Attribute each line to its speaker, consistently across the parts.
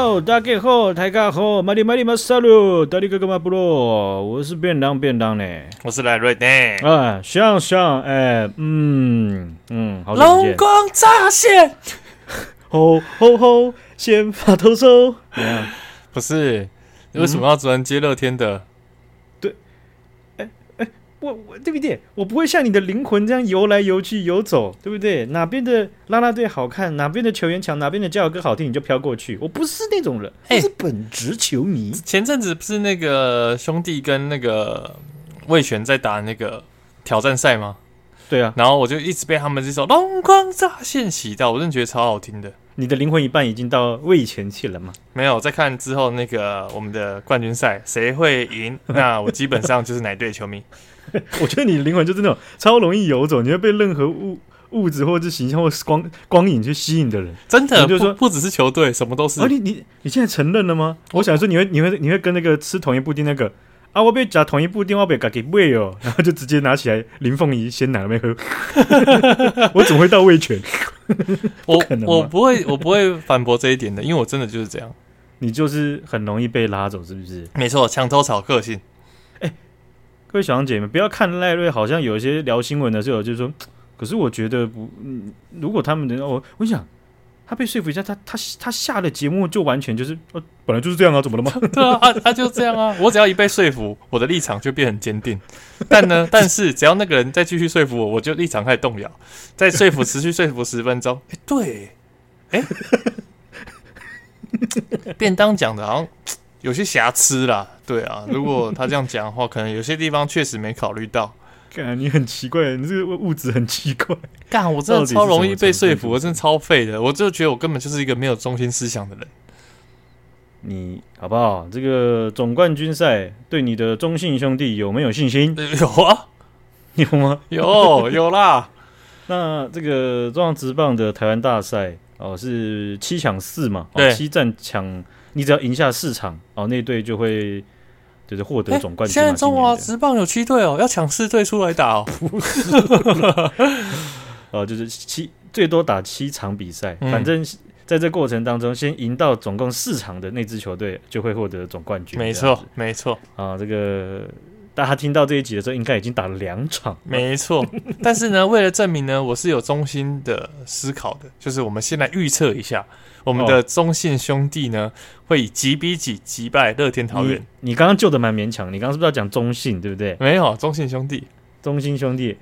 Speaker 1: 好，大家好，大家好，马里马萨鲁，大力哥哥马布洛，我是便当呢，
Speaker 2: 我是赖瑞呢。
Speaker 1: 啊，像，好久不见，
Speaker 2: 龙光乍现，
Speaker 1: 吼，先发投手，
Speaker 2: 不是，为什么要昨天接乐天的？
Speaker 1: 对，我对不对？我不会像你的灵魂这样游来游去游走，对不对？哪边的啦啦队好看，哪边的球员强，哪边的加油歌好听，你就飘过去。我不是那种人，我是本职球迷。
Speaker 2: 前阵子不是那个兄弟跟那个味全在打那个挑战赛吗？
Speaker 1: 对啊，
Speaker 2: 然后我就一直被他们这首《龙光乍现》洗到，我真的觉得超好听的。
Speaker 1: 你的灵魂一半已经到味全去了吗？
Speaker 2: 没有，再看之后那个我们的冠军赛谁会赢？那我基本上就是哪队球迷。
Speaker 1: 我觉得你的灵魂就是那种超容易游走，你会被任何物质或者是形象或光影去吸引的人。
Speaker 2: 真的，
Speaker 1: 就是说
Speaker 2: 不只是球队，什么都是。
Speaker 1: 你现在承认了吗？我想说你会跟那个吃同一布丁那个啊，我被夹同一布丁，我被夹给喂哦，然后就直接拿起来林凤仪鲜奶没喝。我怎么会到味全？
Speaker 2: 我不会反驳这一点的，因为我真的就是这样。
Speaker 1: 你就是很容易被拉走，是不是？
Speaker 2: 没错，墙头草个性。
Speaker 1: 各位小杨姐们，不要看赖瑞好像有一些聊新闻的时候，就是说，可是我觉得不，如果他们的我想他被说服一下，他下的节目就完全就是本来就是这样啊，怎么了吗？
Speaker 2: 对啊，他就这样啊。我只要一被说服，我的立场就变很坚定。但是只要那个人再继续说服我，我就立场开始动摇。再持续说服10分钟，对，便当讲的好像有些瑕疵啦，对啊，如果他这样讲的话，可能有些地方确实没考虑到。
Speaker 1: 干，你很奇怪，你这个物质很奇怪。
Speaker 2: 干，我真的超容易被说服，我真的超废的，我就觉得我根本就是一个没有中心思想的人。
Speaker 1: 你好不好？这个总冠军赛对你的中信兄弟有没有信心？
Speaker 2: 有啊，
Speaker 1: 有吗？
Speaker 2: 有啦。
Speaker 1: 那这个中华职棒的台湾大赛是7抢4嘛？
Speaker 2: 对
Speaker 1: ，7战抢。你只要赢下4场，那队就会就是获得总冠军。
Speaker 2: 现在中华职棒有7队要抢4队出来打
Speaker 1: 不是，就是最多打7场比赛，反正在这过程当中，先赢到总共4场的那支球队就会获得总冠军。
Speaker 2: 没错
Speaker 1: 啊，这个大家听到这一集的时候，应该已经打了2场。
Speaker 2: 没错，但是呢，为了证明呢，我是有中心的思考的，就是我们先来预测一下。我们的中信兄弟呢，会以几比几击败乐天桃园。
Speaker 1: 你刚刚救的蛮勉强，你刚刚是不是要讲中信，对不对？
Speaker 2: 没有，中信兄弟，
Speaker 1: 中信兄弟，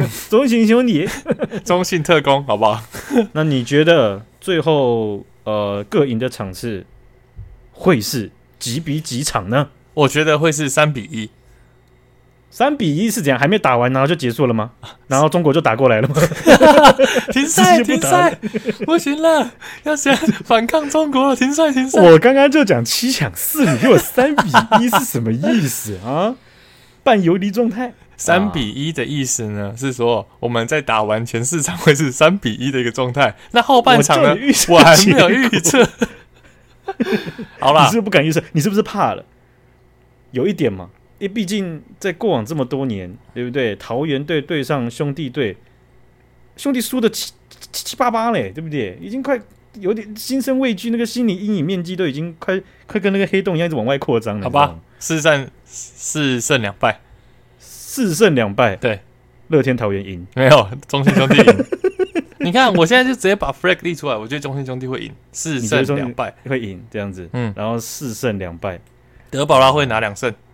Speaker 2: 中信特工，好不好？
Speaker 1: 那你觉得最后各赢的场次会是几比几场呢？
Speaker 2: 我觉得会是3比1。
Speaker 1: 3比1是怎样？还没打完，然后就结束了吗？然后中国就打过来了吗？
Speaker 2: 停赛，不行了，要想反抗中国了，停赛。
Speaker 1: 我刚刚就讲7抢4，你给我3比1是什么意思啊？半游离状态。
Speaker 2: 3比1的意思呢，是说我们在打完前4场会是3比1的一个状态。那后半场呢？我还没有预测。好啦，
Speaker 1: 你是不是不敢预测？你是不是怕了？有一点嘛。因为毕竟在过往这么多年，对不对？桃园队对上兄弟队，兄弟输的七八八嘞，对不对？已经快有点心生畏惧，那个心理阴影面积都已经快跟那个黑洞一样，一直往外扩张了。
Speaker 2: 好吧，4胜2败
Speaker 1: ，4胜2败，
Speaker 2: 对，
Speaker 1: 乐天桃园赢，
Speaker 2: 没有中信兄弟赢。你看，我现在就直接把 flag 立出来，我觉得中信兄弟会赢，4胜2败
Speaker 1: 会赢这样子，然后4胜2败，
Speaker 2: 德保拉会拿2胜。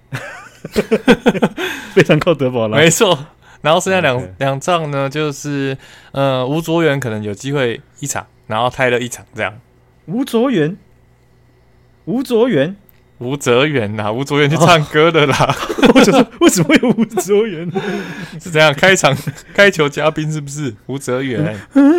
Speaker 1: 非常靠德保拉，
Speaker 2: 没错。然后剩下两仗呢，就是吴卓源可能有机会1场，然后泰勒1场这样。
Speaker 1: 吴哲源
Speaker 2: 呐，吴卓源去唱歌的啦。
Speaker 1: 我想说，为什么会有吴哲源？
Speaker 2: 是这样，开球嘉宾是不是吴哲源？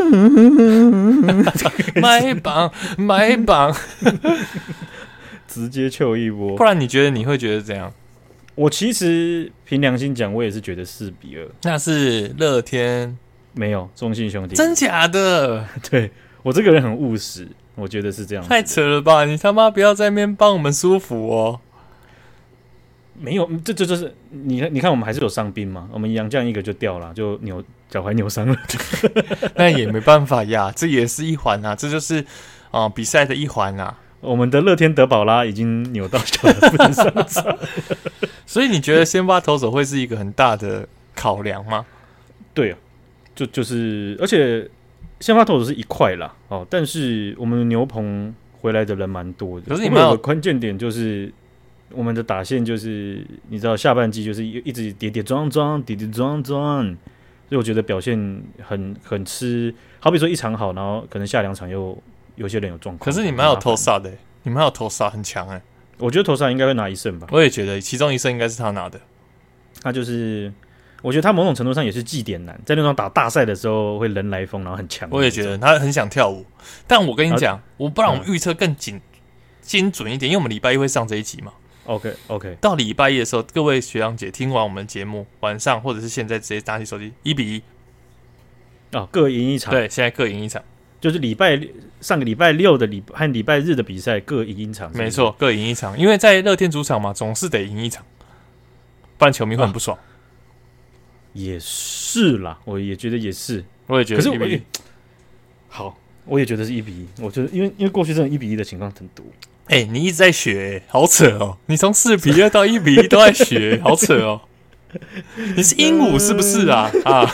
Speaker 2: 买榜，
Speaker 1: 直接糗一波。
Speaker 2: 不然你觉得你会觉得怎样？
Speaker 1: 我其实凭良心讲，我也是觉得4比2。
Speaker 2: 那是乐天，
Speaker 1: 没有中信兄弟，
Speaker 2: 真假的？
Speaker 1: 对，我这个人很务实，我觉得是这样。
Speaker 2: 太扯了吧！你他妈不要在那边帮我们舒服哦。
Speaker 1: 没有，这就是你看，我们还是有伤兵嘛，我们洋将一个就掉了，就脚踝扭伤了。
Speaker 2: 那也没办法呀，这也是一环啊，这就是比赛的一环啊。
Speaker 1: 我们的乐天德保拉已经扭到脚了，不能上场。
Speaker 2: 所以你觉得先发投手会是一个很大的考量吗？
Speaker 1: 对啊，就是而且先发投手是一块啦，但是我们牛棚回来的人蛮多的。
Speaker 2: 可是你们有
Speaker 1: 个关键点就是我们的打线就是你知道下半季就是一直跌跌撞撞，跌跌撞撞，所以我觉得表现很吃。好比说一场好，然后可能下2场又有些人有状况。
Speaker 2: 可是你们还有投萨的，你们还有投萨很强哎。
Speaker 1: 我觉得投萨应该会拿1胜吧。
Speaker 2: 我也觉得其中1胜应该是他拿的。
Speaker 1: 他就是，我觉得他某种程度上也是祭典男，在那种打大赛的时候会人来疯，然后很强。
Speaker 2: 我也觉得他很想跳舞，但我跟你讲，我不然我们预测更精准一点，因为我们礼拜一会上这一集嘛。
Speaker 1: OK，
Speaker 2: 到礼拜一的时候，各位学长姐听完我们节目，晚上或者是现在直接拿起手机1-1
Speaker 1: 各赢一场。
Speaker 2: 对，现在各赢一场，
Speaker 1: 就是上个礼拜6的和礼拜日的比赛各赢一场。
Speaker 2: 没错，各赢一场，因为在乐天主场嘛，总是得赢一场，不然球迷会很不爽。
Speaker 1: 也是啦，我也觉得也是，
Speaker 2: 我也觉得1-1。
Speaker 1: 可是好，我也觉得是1-1。我觉得因为过去这种1-1的情况很多。
Speaker 2: 你一直在学，好扯哦！你从4-2到1-1都在学，好扯哦！你是鹦鹉是不是啊？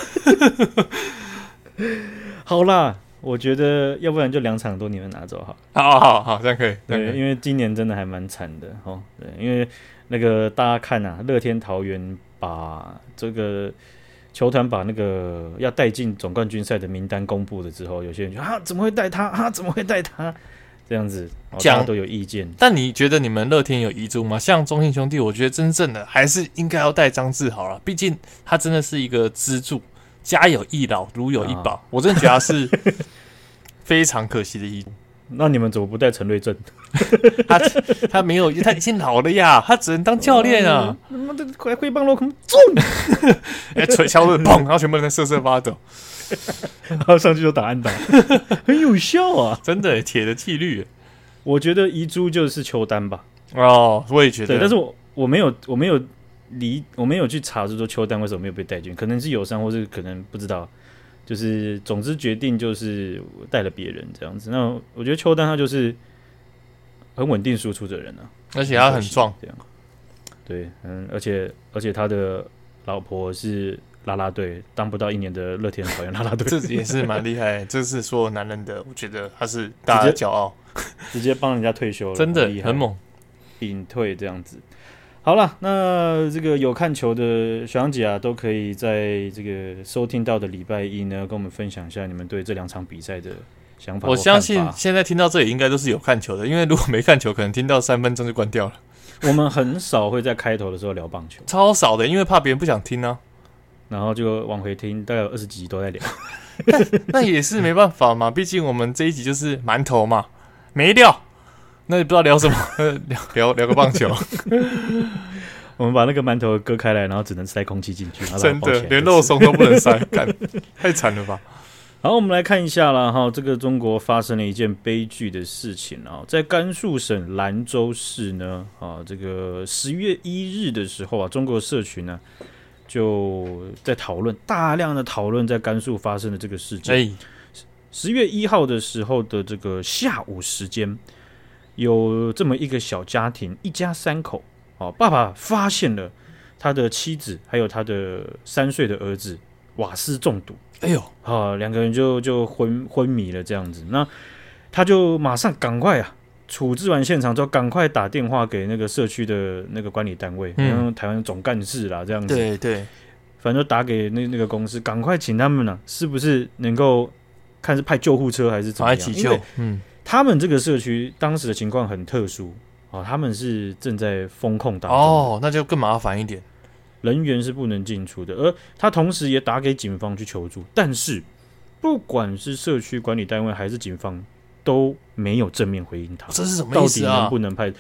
Speaker 1: 好啦，我觉得要不然就2场都你们拿走
Speaker 2: 好，这样可以。
Speaker 1: 对，因为今年真的还蛮惨的哦。对，因为那个大家看啊，乐天桃园把这个球团把那个要带进总冠军赛的名单公布了之后，有些人就怎么会带他？怎么会带他？这样子，大家都有意见。
Speaker 2: 但你觉得你们乐天有遗珠吗？像中信兄弟，我觉得真正的还是应该要带张志豪了，毕竟他真的是一个支柱，家有一老，如有一宝。我真的觉得他是非常可惜的遗珠。
Speaker 1: 那你们怎么不带陈瑞正？
Speaker 2: 他没有，他已经老了呀，他只能当教练啊。
Speaker 1: 他妈的，快挥棒落空中！
Speaker 2: 捶敲了砰，然后全部人在瑟瑟发抖。
Speaker 1: 然后上去就打安打，很有效啊！
Speaker 2: 真的铁的纪律。
Speaker 1: 我觉得遗珠就是邱丹吧。
Speaker 2: 我也觉得。
Speaker 1: 对，但是我没有去查，是说邱丹为什么没有被带进，可能是有伤，或是可能不知道。就是总之决定就是带了别人这样子。那我觉得邱丹他就是很稳定输出的人啊，
Speaker 2: 而且他很壮，
Speaker 1: 这样。对，而且他的老婆是啦啦队，当不到1年的乐天桃园啦啦队，
Speaker 2: 这也是蛮厉害。这是所有男人的，我觉得他是大家的骄傲，
Speaker 1: 直接帮人家退休了，
Speaker 2: 真的很猛，
Speaker 1: 隐退这样子。好了，那这个有看球的学长姐啊，都可以在这个收听到的礼拜一呢，跟我们分享一下你们对这2场比赛的想法。
Speaker 2: 我相信现在听到这里应该都是有看球的，因为如果没看球，可能听到3分钟就关掉了。
Speaker 1: 我们很少会在开头的时候聊棒球，
Speaker 2: 超少的，因为怕别人不想听啊。
Speaker 1: 然后就往回听，大概有20几集都在聊。
Speaker 2: 那也是没办法嘛，毕竟我们这一集就是馒头嘛，没料。那你不知道聊什么？聊个棒球。
Speaker 1: 我们把那个馒头割开来，然后只能塞空气进去，
Speaker 2: 真的连肉松都不能塞，太惨了吧！
Speaker 1: 好，我们来看一下啦哈，这个中国发生了一件悲剧的事情啊，在甘肃省兰州市呢，这个10月1日的时候啊，中国社群呢就在大量的讨论在甘肃发生的这个事件。10月1号的时候的这个下午时间，有这么一个小家庭，一家3口，爸爸发现了他的妻子还有他的3岁的儿子瓦斯中毒。2个人就昏迷了这样子。那他就马上赶快处置完现场之后，赶快打电话给那个社区的那个管理单位，台湾总干事啦这样子。
Speaker 2: 对，
Speaker 1: 反正就打给那个公司，赶快请他们是不是能够看是派救护车还是怎么样？因为他们这个社区当时的情况很特殊他们是正在封控当中
Speaker 2: 那就更麻烦一点。
Speaker 1: 人员是不能进出的，而他同时也打给警方去求助，但是不管是社区管理单位还是警方都没有正面回应他。
Speaker 2: 这是什么意思啊？
Speaker 1: 到底能不能派？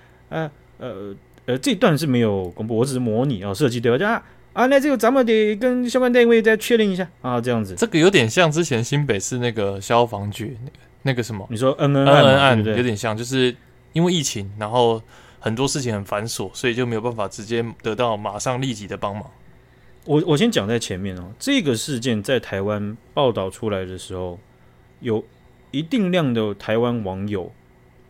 Speaker 1: 这段是没有公布，我只是模拟设计对吧？那这个咱们得跟相关单位再确认一下这样子。
Speaker 2: 这个有点像之前新北市那个消防局那个什么，
Speaker 1: 你说恩
Speaker 2: 案
Speaker 1: 对不对？
Speaker 2: 有点像，就是因为疫情，然后很多事情很繁琐，所以就没有办法直接得到马上立即的帮忙。
Speaker 1: 我先讲在前面这个事件在台湾报道出来的时候，有一定量的台湾网友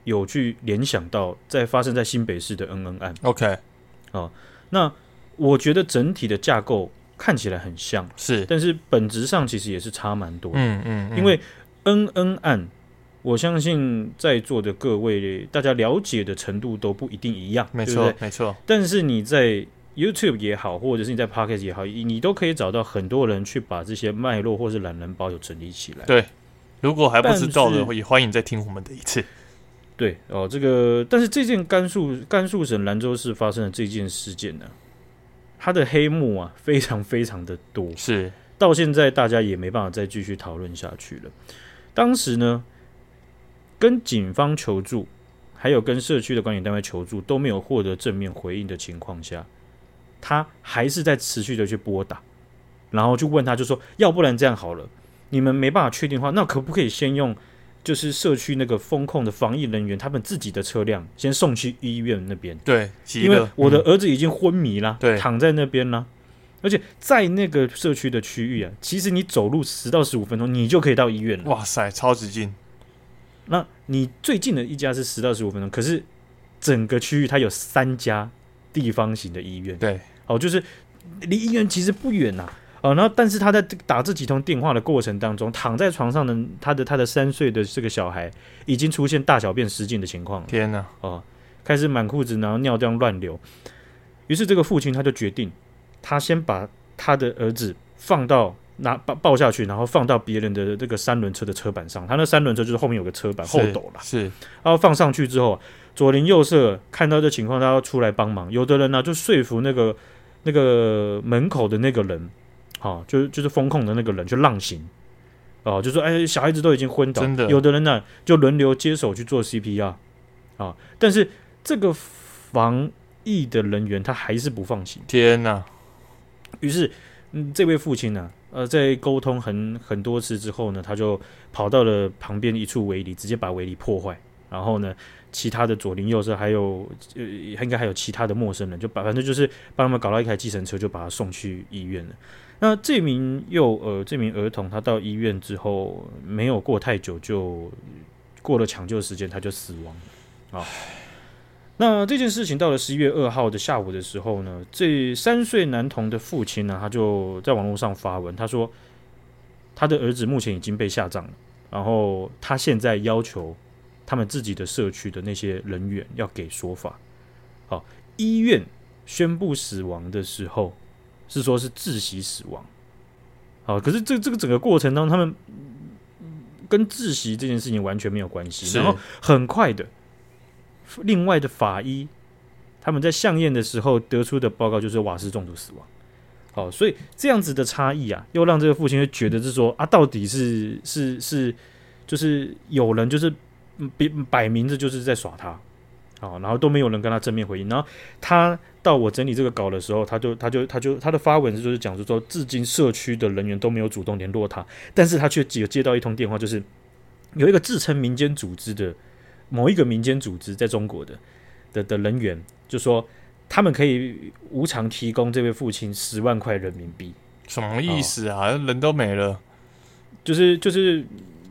Speaker 1: 有去联想到在发生在新北市的恩恩案。
Speaker 2: OK，
Speaker 1: 那我觉得整体的架构看起来很像，
Speaker 2: 是，
Speaker 1: 但是本质上其实也是差蛮多的。
Speaker 2: 嗯，
Speaker 1: 因为恩恩案，我相信在座的各位大家了解的程度都不一定一样，
Speaker 2: 没错，
Speaker 1: 对不对？
Speaker 2: 没错。
Speaker 1: 但是你在 YouTube 也好，或者是你在 Podcast 也好，你都可以找到很多人去把这些脉络或是懒人包有整理起来。
Speaker 2: 对，如果还不知道的，也欢迎再听我们的一次。
Speaker 1: 对哦，但是这件甘肃省兰州市发生的这件事件呢，它的黑幕啊非常非常的多，
Speaker 2: 是
Speaker 1: 到现在大家也没办法再继续讨论下去了。当时呢，跟警方求助，还有跟社区的管理单位求助，都没有获得正面回应的情况下，他还是在持续的去拨打，然后就问他，就说要不然这样好了，你们没办法确定的话，那可不可以先用就是社区那个风控的防疫人员他们自己的车辆先送去医院那边？
Speaker 2: 对，
Speaker 1: 因为我的儿子已经昏迷啦，躺在那边啦。而且在那个社区的区域啊，其实你走路10到15分钟，你就可以到医院了。
Speaker 2: 哇塞，超级近！
Speaker 1: 那你最近的一家是10到15分钟，可是整个区域它有3家地方型的医院。
Speaker 2: 对，
Speaker 1: 就是离医院其实不远呐。然后但是他在打这几通电话的过程当中，躺在床上的他的3岁的这个小孩已经出现大小便失禁的情况了。
Speaker 2: 天哪！
Speaker 1: 开始满裤子，然后尿这样乱流。于是这个父亲他就决定，他先把他的儿子放到抱下去，然后放到别人的这个3轮车的车板上。他那3轮车就是后面有个车板后斗啦，
Speaker 2: 是。
Speaker 1: 然后放上去之后，左邻右舍看到这情况，他要出来帮忙。有的人呢就说服那个门口的那个人。就是风控的那个人就浪行，就说小孩子都已经昏倒，有的人呢就轮流接手去做 CPR 但是这个防疫的人员他还是不放行。
Speaker 2: 天哪！
Speaker 1: 于是这位父亲呢在沟通很多次之后呢，他就跑到了旁边一处围篱，直接把围篱破坏，然后呢其他的左邻右舍还有应该还有其他的陌生人，反正就是帮他们搞到一台计程车，就把他送去医院了。那这名儿童他到医院之后没有过太久，就过了抢救时间，他就死亡了。那这件事情到了11月2号的下午的时候呢，这3岁男童的父亲呢，他就在网络上发文，他说他的儿子目前已经被下葬了，然后他现在要求他们自己的社区的那些人员要给说法。医院宣布死亡的时候是说是窒息死亡。可是这个整个过程当中，他们跟窒息这件事情完全没有关系。然后很快的，另外的法医他们在相验的时候得出的报告就是瓦斯中毒死亡。所以这样子的差异啊，又让这个父亲会觉得是说到底是就是有人就是摆明着就是在耍他。然后都没有人跟他正面回应。然后他到我整理这个稿的时候，他的发文就是讲说，至今社区的人员都没有主动联络他，但是他却有接到一通电话，就是有一个自称民间组织的某一个民间组织在中国的人员，就说他们可以无偿提供这位父亲10万块人民币。
Speaker 2: 什么意思啊？人都没了，
Speaker 1: 就是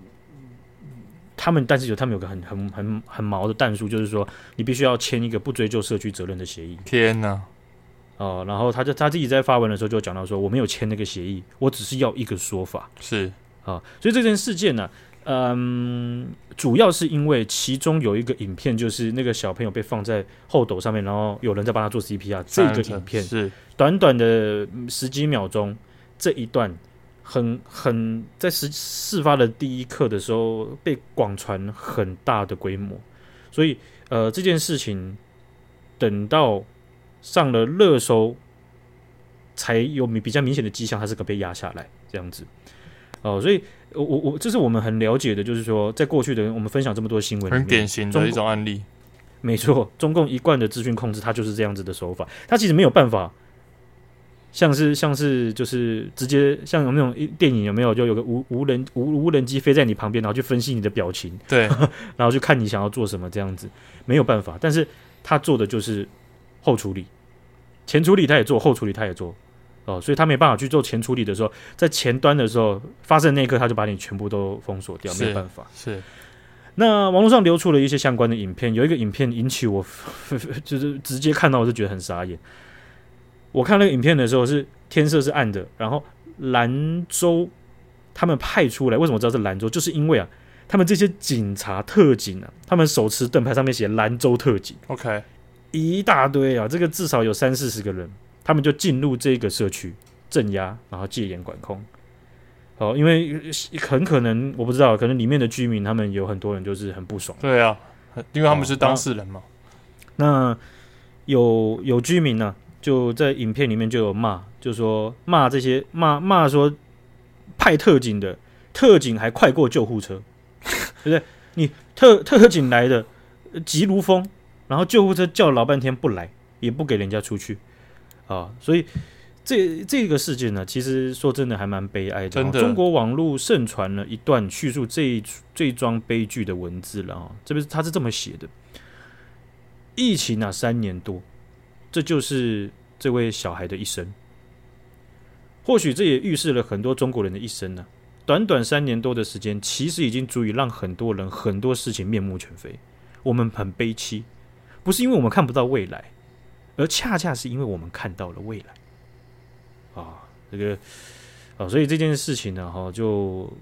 Speaker 1: 但是他们有个很毛的弹数，就是说你必须要签一个不追究社区责任的协议。
Speaker 2: 天哪！
Speaker 1: 然后他自己在发文的时候就讲到说，我没有签那个协议，我只是要一个说法。
Speaker 2: 是
Speaker 1: 所以这件事件呢，主要是因为其中有一个影片，就是那个小朋友被放在后斗上面，然后有人在帮他做 CPR。这个影片
Speaker 2: 是
Speaker 1: 短短的10几秒钟，这一段。在事发的第一刻的时候被广传很大的规模，所以这件事情等到上了热搜，才有比较明显的迹象，它是个被压下来这样子。所以这是我们很了解的，就是说在过去的我们分享这么多新闻里面，
Speaker 2: 很典型的一种案例。
Speaker 1: 没错，中共一贯的资讯控制，它就是这样子的手法，它其实没有办法。像是就是直接像有那种电影有没有，就有个无人机飞在你旁边，然后去分析你的表情，
Speaker 2: 对，
Speaker 1: 然后去看你想要做什么这样子，没有办法。但是他做的就是后处理，前处理他也做，后处理他也做，所以他没办法去做前处理的时候，在前端的时候发生那一刻，他就把你全部都封锁掉，没有办法。
Speaker 2: 是。
Speaker 1: 那网络上流出了一些相关的影片，有一个影片引起我就是直接看到我就觉得很傻眼。我看那个影片的时候是天色是暗的，然后兰州他们派出来，为什么知道是兰州？就是因为啊，他们这些警察特警啊，他们手持盾牌，上面写兰州特警
Speaker 2: ，OK，
Speaker 1: 一大堆啊，这个至少有30-40个人，他们就进入这个社区镇压，然后戒严管控。哦，因为很可能我不知道，可能里面的居民他们有很多人就是很不爽。
Speaker 2: 对啊，因为他们是当事人嘛。
Speaker 1: 那有居民呢、就在影片里面就有骂，就说骂这些骂说派特警的特警还快过救护车，对不对？你特警来的急如风，然后救护车叫了老半天不来，也不给人家出去啊，所以。这个事件呢，其实说真的还蛮悲哀的。
Speaker 2: 真的，
Speaker 1: 中国网络盛传了一段叙述这一桩悲剧的文字了啊。这边他是这么写的：疫情啊，3年多，这就是这位小孩的一生。或许这也预示了很多中国人的一生呢、短短3年多的时间，其实已经足以让很多人很多事情面目全非。我们很悲戚，不是因为我们看不到未来，而恰恰是因为我们看到了未来。这个所以这件事情呢，就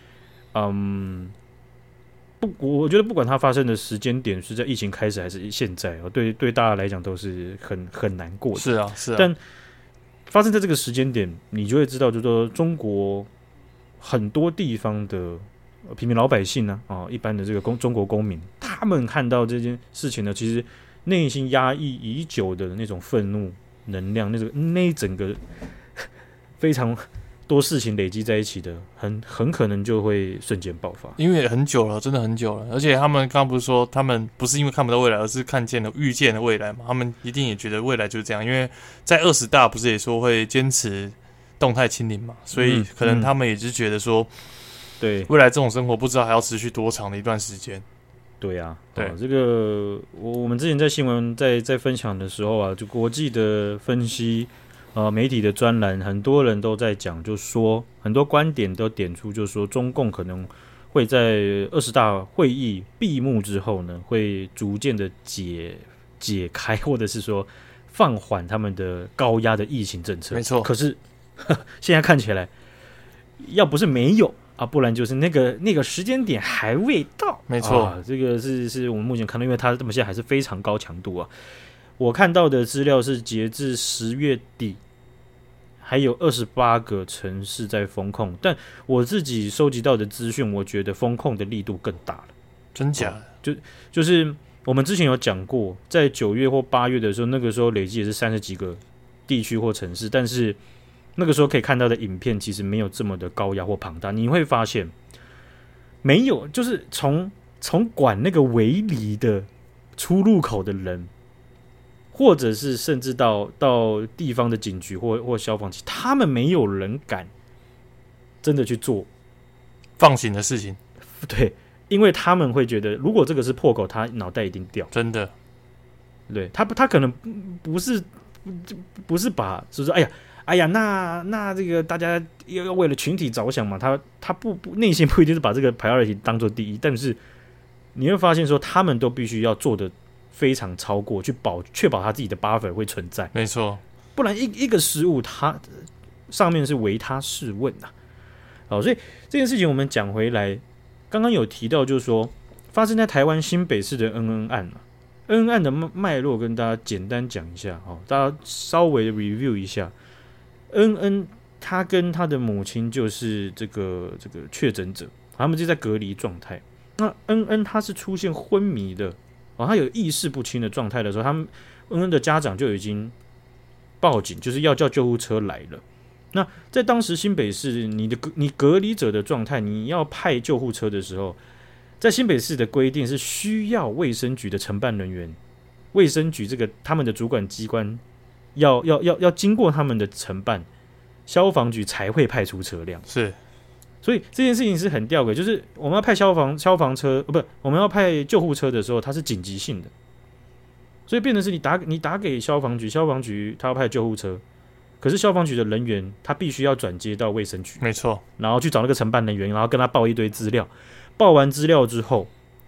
Speaker 1: 我觉得不管它发生的时间点是在疫情开始还是现在，对大家来讲都是很难过的。
Speaker 2: 是啊，
Speaker 1: 但发生在这个时间点，你就会知道，就是说中国很多地方的平民老百姓呢，一般的这个中国公民，他们看到这件事情呢，其实内心压抑已久的那种愤怒能量，那整个。非常多事情累积在一起的，很可能就会瞬间爆发。
Speaker 2: 因为很久了，真的很久了。而且他们刚刚不是说，他们不是因为看不到未来，而是看见了、预见了未来嘛？他们一定也觉得未来就是这样。因为在20大不是也说会坚持动态清零嘛？所以可能他们也是觉得说，
Speaker 1: 对
Speaker 2: 未来这种生活不知道还要持续多长的一段时间。
Speaker 1: 对啊，
Speaker 2: 对
Speaker 1: 这个我们之前在新闻在分享的时候啊，就国际的分析。媒体的专栏，很多人都在讲，就说很多观点都点出，就是说中共可能会在20大会议闭幕之后呢，会逐渐的解开，或者是说放缓他们的高压的疫情政策。
Speaker 2: 没错，
Speaker 1: 可是现在看起来，要不是没有啊，不然就是那个时间点还未到。
Speaker 2: 没错，
Speaker 1: 这个是我们目前看到，因为它现在还是非常高强度啊。我看到的资料是截至10月底，还有28个城市在封控，但我自己收集到的资讯，我觉得封控的力度更大了。
Speaker 2: 真假的？
Speaker 1: 就是我们之前有讲过，在9月或8月的时候，那个时候累计也是30几个地区或城市，但是那个时候可以看到的影片其实没有这么的高压或庞大。你会发现，没有，就是从管那个围篱的出入口的人。或者是甚至到地方的警局或消防局，他们没有人敢真的去做
Speaker 2: 放行的事情。
Speaker 1: 对，因为他们会觉得，如果这个是破口，他脑袋一定掉。真的，对他可能不是把，就是哎呀，那这个大家要为了群体着想嘛，他不内心不一定是把这个 priority 当做第一，但是你会发现说，他们都必须要做的。非常超过，确保他自己的 buffer 会存在，
Speaker 2: 没错，
Speaker 1: 不然一个失误，它上面是唯他是问呐。好，所以这件事情我们讲回来，刚刚有提到，就是说发生在台湾新北市的恩恩案啊，恩恩案的脉络跟大家简单讲一下，大家稍微 review 一下。恩恩他跟他的母亲就是这个确诊者，他们就在隔离状态。那恩恩他是出现昏迷的。他有意识不清的状态的时候，他们恩恩的家长就已经报警，就是要叫救护车来了。那在当时新北市，你隔离者的状态，你要派救护车的时候，在新北市的规定是需要卫生局的承办人员，卫生局他们的主管机关要经过他们的承办，消防局才会派出车辆。是。所以这件事情是很吊诡，就是我们要派消防车，我们要派救护车的时候，它是紧急性的，所以变成是你打给消防局，消防局他要派救护车，可是消防局的人员他必须要转接到卫生局，
Speaker 2: 没错，
Speaker 1: 然后去找那个承办人员，然后跟他报一堆资料，报完资料之后，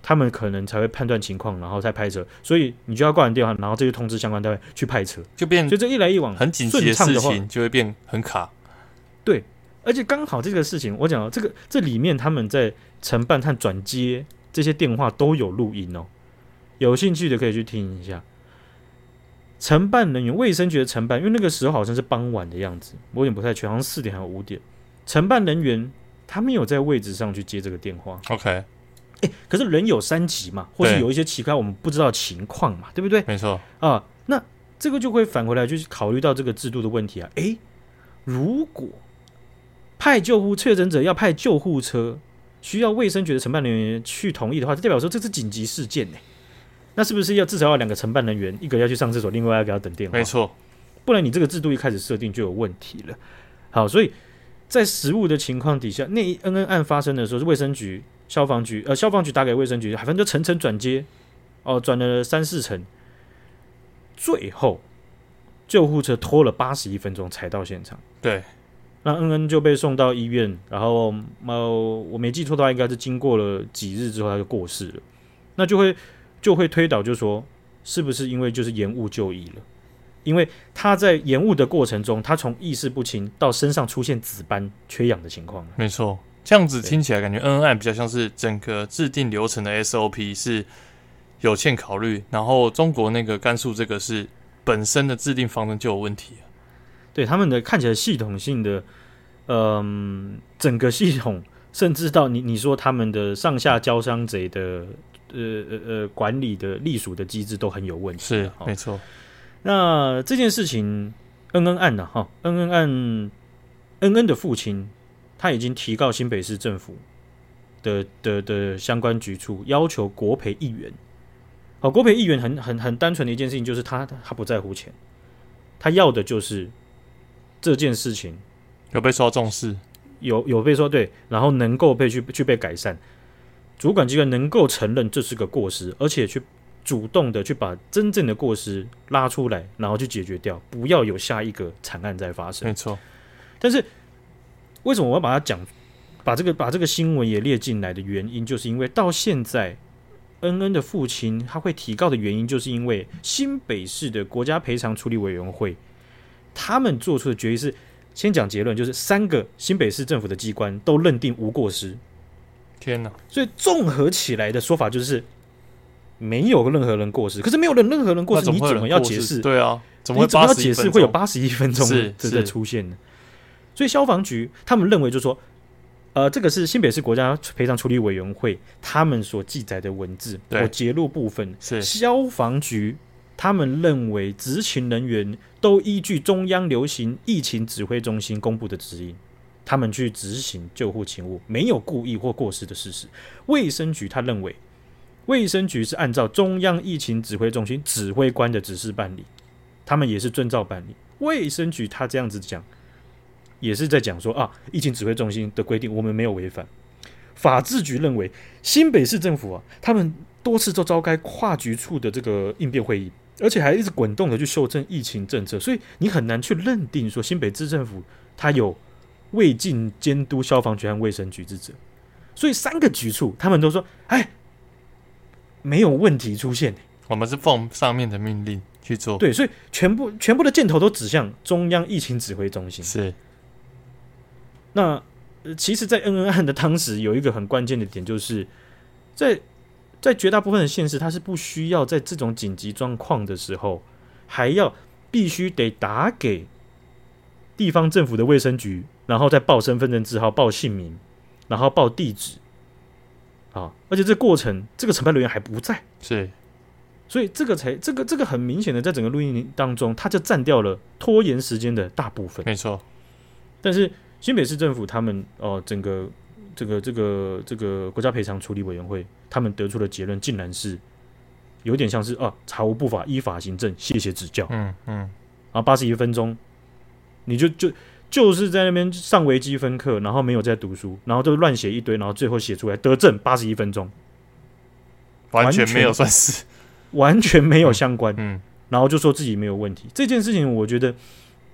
Speaker 1: 他们可能才会判断情况，然后再派车。所以你就要挂完电话，然后这就通知相关单位去派车，
Speaker 2: 就变
Speaker 1: 所以这一来一往
Speaker 2: 很紧急的事情就会变很卡。
Speaker 1: 对，而且刚好这个事情，我讲这里面他们在承办和转接这些电话都有录音哦，有兴趣的可以去听一下。承办人员，卫生局的承办，因为那个时候好像是傍晚的样子，我有点不太确定，好像4点还是5点。承办人员他没有在位置上去接这个电话
Speaker 2: ，OK。
Speaker 1: 可是人有3级嘛，或是有一些其他我们不知道的情况嘛，对不对？
Speaker 2: 没错
Speaker 1: 啊，那这个就会返回来，就是考虑到这个制度的问题啊。如果确诊者要派救护车，需要卫生局的承办人员去同意的话，这代表说这是紧急事件呢。那是不是至少要2个承办人员，一个要去上厕所，另外一个要等电话？
Speaker 2: 没错，
Speaker 1: 不然你这个制度一开始设定就有问题了。好，所以在实务的情况底下，那恩恩案发生的时候，是卫生局、消防局打给卫生局，反正就层层转接，转了3-4层，最后救护车拖了81分钟才到现场。
Speaker 2: 对，
Speaker 1: 那恩恩就被送到医院，然后我没记错的话，应该是经过了几日之后他就过世了。那就会推导，就说是不是因为就是延误就医了？因为他在延误的过程中，他从意识不清到身上出现紫斑、缺氧的情况。
Speaker 2: 没错，这样子听起来感觉恩恩案比较像是整个制定流程的 SOP 是有欠考虑，然后中国那个甘肃这个是本身的制定方针就有问题。
Speaker 1: 对，他们的看起来系统性的，整个系统，甚至到你说他们的上下交相贼的管理的隶属的机制都很有问题。
Speaker 2: 是，没错。
Speaker 1: 那这件事情，恩恩案恩恩的父亲他已经提告新北市政府的相关局处，要求国赔1元。国赔1元很单纯的一件事情，就是他不在乎钱，他要的就是这件事情
Speaker 2: 有被受到重视，
Speaker 1: 有被说对，然后能够去被改善。主管机关能够承认这是个过失，而且去主动的去把真正的过失拉出来，然后去解决掉，不要有下一个惨案再发生。
Speaker 2: 没错。
Speaker 1: 但是为什么我要把它把这个新闻也列进来的原因，就是因为到现在恩恩的父亲他会提告的原因，就是因为新北市的国家赔偿处理委员会他们做出的决议是，先讲结论，就是3个新北市政府的机关都认定无过失。
Speaker 2: 天哪！
Speaker 1: 所以综合起来的说法就是没有任何人过失，可是没有任何人过失，你怎么要解释？
Speaker 2: 对啊，怎么会
Speaker 1: 要解释会有81分钟的出现呢？所以消防局他们认为就是说，这个是新北市国家赔偿处理委员会他们所记载的文字，我揭露部分是消防局他们认为执勤人员都依据中央流行疫情指挥中心公布的指引，他们去执行救护勤务，没有故意或过失的事实。卫生局他认为，卫生局是按照中央疫情指挥中心指挥官的指示办理，他们也是遵照办理。卫生局他这样子讲，也是在讲说疫情指挥中心的规定我们没有违反。法制局认为，新北市政府他们多次都召开跨局处的这个应变会议，而且还一直滚动的去修正疫情政策，所以你很难去认定说新北市政府他有未尽监督消防局和卫生局之责。所以3个局处他们都说没有问题出现，
Speaker 2: 我们是奉上面的命令去做。
Speaker 1: 对，所以全部的箭头都指向中央疫情指挥中心。
Speaker 2: 是。
Speaker 1: 那其实在恩恩案的当时有一个很关键的点，就是在绝大部分的县市，它是不需要在这种紧急状况的时候还要必须得打给地方政府的卫生局，然后再报身份证字号、报姓名，然后报地址而且这过程这个承办人员还不在。
Speaker 2: 是。
Speaker 1: 所以这个很明显的在整个录音当中，它就占掉了拖延时间的大部分。
Speaker 2: 没错。但
Speaker 1: 是新北市政府他们整个这个国家赔偿处理委员会他们得出的结论，竟然是有点像是查无不法，依法行政，谢谢指教。然后81分钟，你就是在那边上微积分课，然后没有在读书，然后就乱写一堆，然后最后写出来得证81分钟，
Speaker 2: 完全没有算是，
Speaker 1: 完全没有相关。然后就说自己没有问题。这件事情我觉得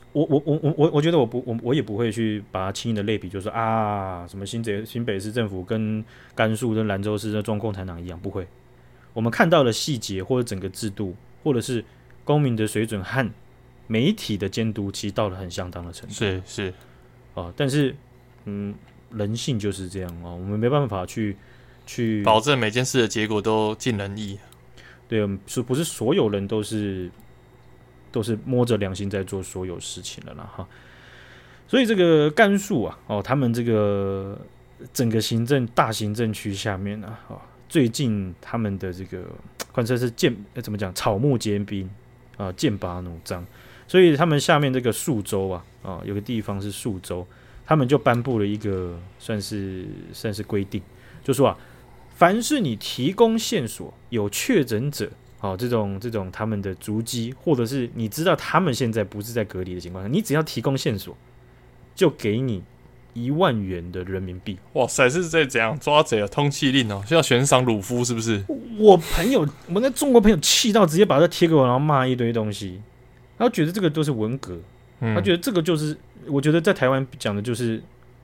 Speaker 1: 我觉得我也不会去把它轻易的类比，就是说啊，什么新北市政府跟甘肃跟兰州市的中共产党一样，不会。我们看到的细节或者整个制度，或者是公民的水准和媒体的监督，其实到了很相当的程度。
Speaker 2: 是
Speaker 1: 但是人性就是这样我们没办法去
Speaker 2: 保证每件事的结果都尽人意。
Speaker 1: 对，不是所有人都是摸着良心在做所有事情的啦哈。所以这个甘肃他们这个整个大行政区下面最近他们的这个换成是怎么讲，草木皆兵剑拔弩张，所以他们下面这个肃州有个地方是肃州，他们就颁布了一个算是规定，就说凡是你提供线索有确诊者这种他们的足迹，或者是你知道他们现在不是在隔离的情况下，你只要提供线索，就给你1万元的人民币。
Speaker 2: 哇塞，是在怎样抓贼通缉令是要悬赏鲁夫是不是？
Speaker 1: 我那中国朋友气到直接把这贴给我，然后骂一堆东西，他觉得这个都是文革，他觉得这个就是，我觉得在台湾讲的就是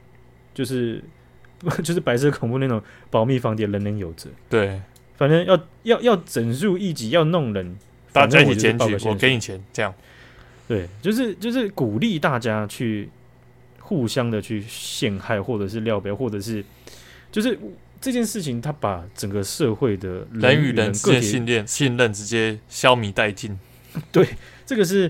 Speaker 1: 白色恐怖那种保密防谍，人人有责。
Speaker 2: 对，
Speaker 1: 反正要整肃异己，要弄人，
Speaker 2: 大家一起检举，我给你钱，这样。
Speaker 1: 对，就是鼓励大家去互相的去陷害，或者是撂标，或者是就是这件事情，它把整个社会的
Speaker 2: 人与人之间的信任直接消弭殆尽。
Speaker 1: 对，这个是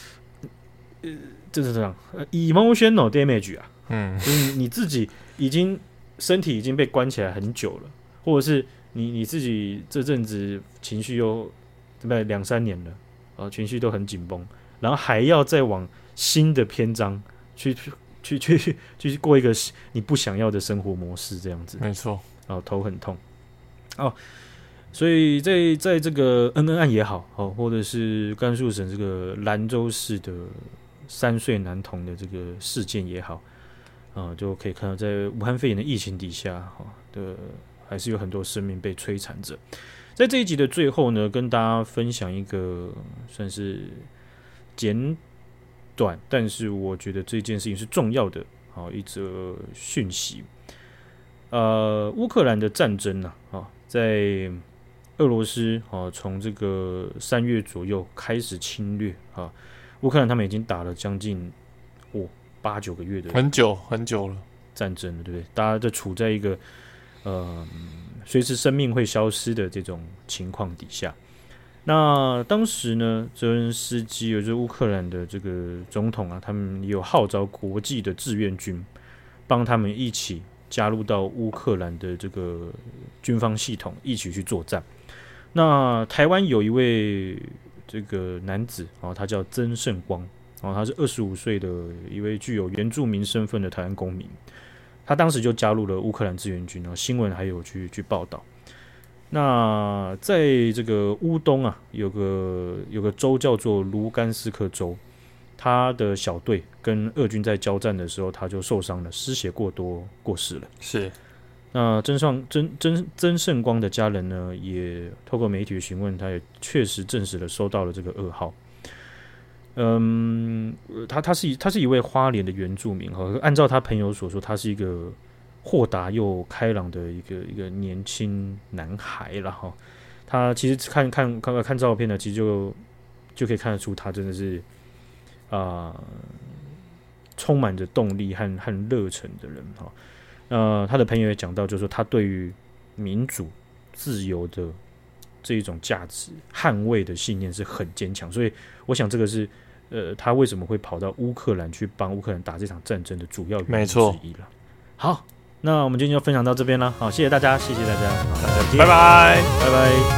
Speaker 1: 就是这样emotional damage 就是你自己身体已经被关起来很久了，或者是你自己这阵子情绪又2-3年了情绪都很紧绷，然后还要再往新的篇章去过一个你不想要的生活模式，这样子
Speaker 2: 没错，
Speaker 1: 头很痛所以在这个恩案也好或者是甘肃省这个兰州市的3岁男童的这个事件也好就可以看到在武汉肺炎的疫情底下还是有很多生命被摧残着。在这一集的最后呢，跟大家分享一个算是简短，但是我觉得这件事情是重要的一则讯息。乌克兰的战争在俄罗斯从这个3月左右开始侵略乌克兰他们已经打了将近8-9个月的
Speaker 2: 很久了
Speaker 1: 战争了，对不对？大家都处在一个随时生命会消失的这种情况底下。那当时呢，泽连斯基就是乌克兰的这个总统他们也有号召国际的志愿军帮他们一起加入到乌克兰的这个军方系统，一起去作战。那台湾有一位这个男子他叫曾胜光他是25岁的一位具有原住民身份的台湾公民，他当时就加入了乌克兰志愿军新闻还有去报道。那在这个乌东有个州叫做卢甘斯克州，他的小队跟俄军在交战的时候，他就受伤了，失血过多过世了。
Speaker 2: 是。
Speaker 1: 那曾胜光的家人呢，也透过媒体的询问，他也确实证实了收到了这个噩耗。他是一位花莲的原住民按照他朋友所说，他是一个豁达又开朗的一个年轻男孩啦他其实看照片呢，其实就可以看得出他真的是充满着动力和热忱的人他的朋友也讲到，就是说他对于民主自由的这一种价值捍卫的信念是很坚强，所以我想这个是他为什么会跑到乌克兰去帮乌克兰打这场战争的主要原因之一了。好，那我们今天就分享到这边了，好，谢谢大家，谢谢大家，大家
Speaker 2: 拜拜，
Speaker 1: 拜拜。